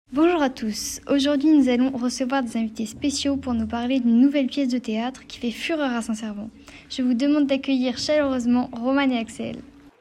Bonjour à tous, aujourd'hui nous allons recevoir des invités spéciaux pour nous parler d'une nouvelle pièce de théâtre qui fait fureur à Saint-Servant. Je vous demande d'accueillir chaleureusement Romane et Axel.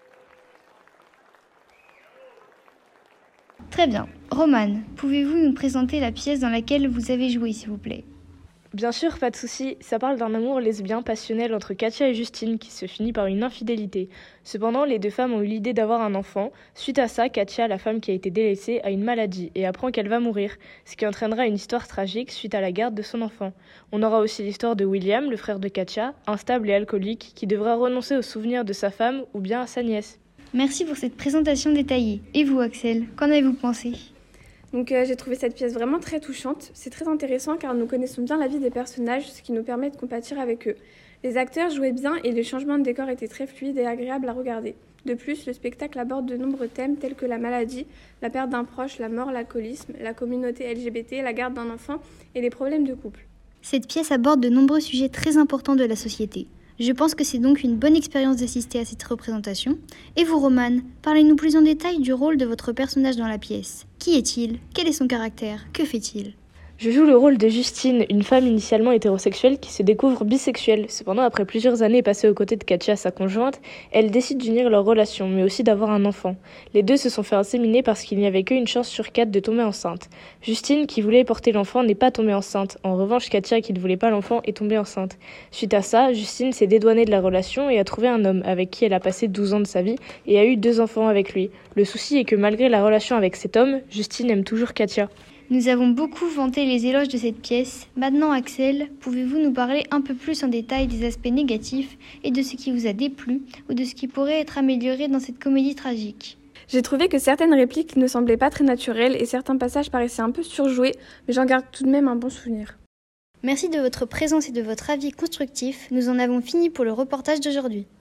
Très bien, Romane, pouvez-vous nous présenter la pièce dans laquelle vous avez joué s'il vous plaît ? Bien sûr, pas de souci, ça parle d'un amour lesbien passionnel entre Katia et Justine qui se finit par une infidélité. Cependant, les deux femmes ont eu l'idée d'avoir un enfant. Suite à ça, Katia, la femme qui a été délaissée, a une maladie et apprend qu'elle va mourir, ce qui entraînera une histoire tragique suite à la garde de son enfant. On aura aussi l'histoire de William, le frère de Katia, instable et alcoolique, qui devra renoncer aux souvenirs de sa femme ou bien à sa nièce. Merci pour cette présentation détaillée. Et vous Axel, qu'en avez-vous pensé ? Donc j'ai trouvé cette pièce vraiment très touchante. C'est très intéressant car nous connaissons bien la vie des personnages, ce qui nous permet de compatir avec eux. Les acteurs jouaient bien et les changements de décor étaient très fluides et agréables à regarder. De plus, le spectacle aborde de nombreux thèmes tels que la maladie, la perte d'un proche, la mort, l'alcoolisme, la communauté LGBT, la garde d'un enfant et les problèmes de couple. Cette pièce aborde de nombreux sujets très importants de la société. Je pense que c'est donc une bonne expérience d'assister à cette représentation. Et vous, Romane, parlez-nous plus en détail du rôle de votre personnage dans la pièce. Qui est-il ? Quel est son caractère ? Que fait-il ? Je joue le rôle de Justine, une femme initialement hétérosexuelle qui se découvre bisexuelle. Cependant, après plusieurs années passées aux côtés de Katia, sa conjointe, elle décide d'unir leur relation, mais aussi d'avoir un enfant. Les deux se sont fait inséminer parce qu'il n'y avait qu'une chance sur 4 de tomber enceinte. Justine, qui voulait porter l'enfant, n'est pas tombée enceinte. En revanche, Katia, qui ne voulait pas l'enfant, est tombée enceinte. Suite à ça, Justine s'est dédouanée de la relation et a trouvé un homme avec qui elle a passé 12 ans de sa vie et a eu 2 enfants avec lui. Le souci est que malgré la relation avec cet homme, Justine aime toujours Katia. Nous avons beaucoup vanté les éloges de cette pièce. Maintenant, Axel, pouvez-vous nous parler un peu plus en détail des aspects négatifs et de ce qui vous a déplu ou de ce qui pourrait être amélioré dans cette comédie tragique ? J'ai trouvé que certaines répliques ne semblaient pas très naturelles et certains passages paraissaient un peu surjoués, mais j'en garde tout de même un bon souvenir. Merci de votre présence et de votre avis constructif. Nous en avons fini pour le reportage d'aujourd'hui.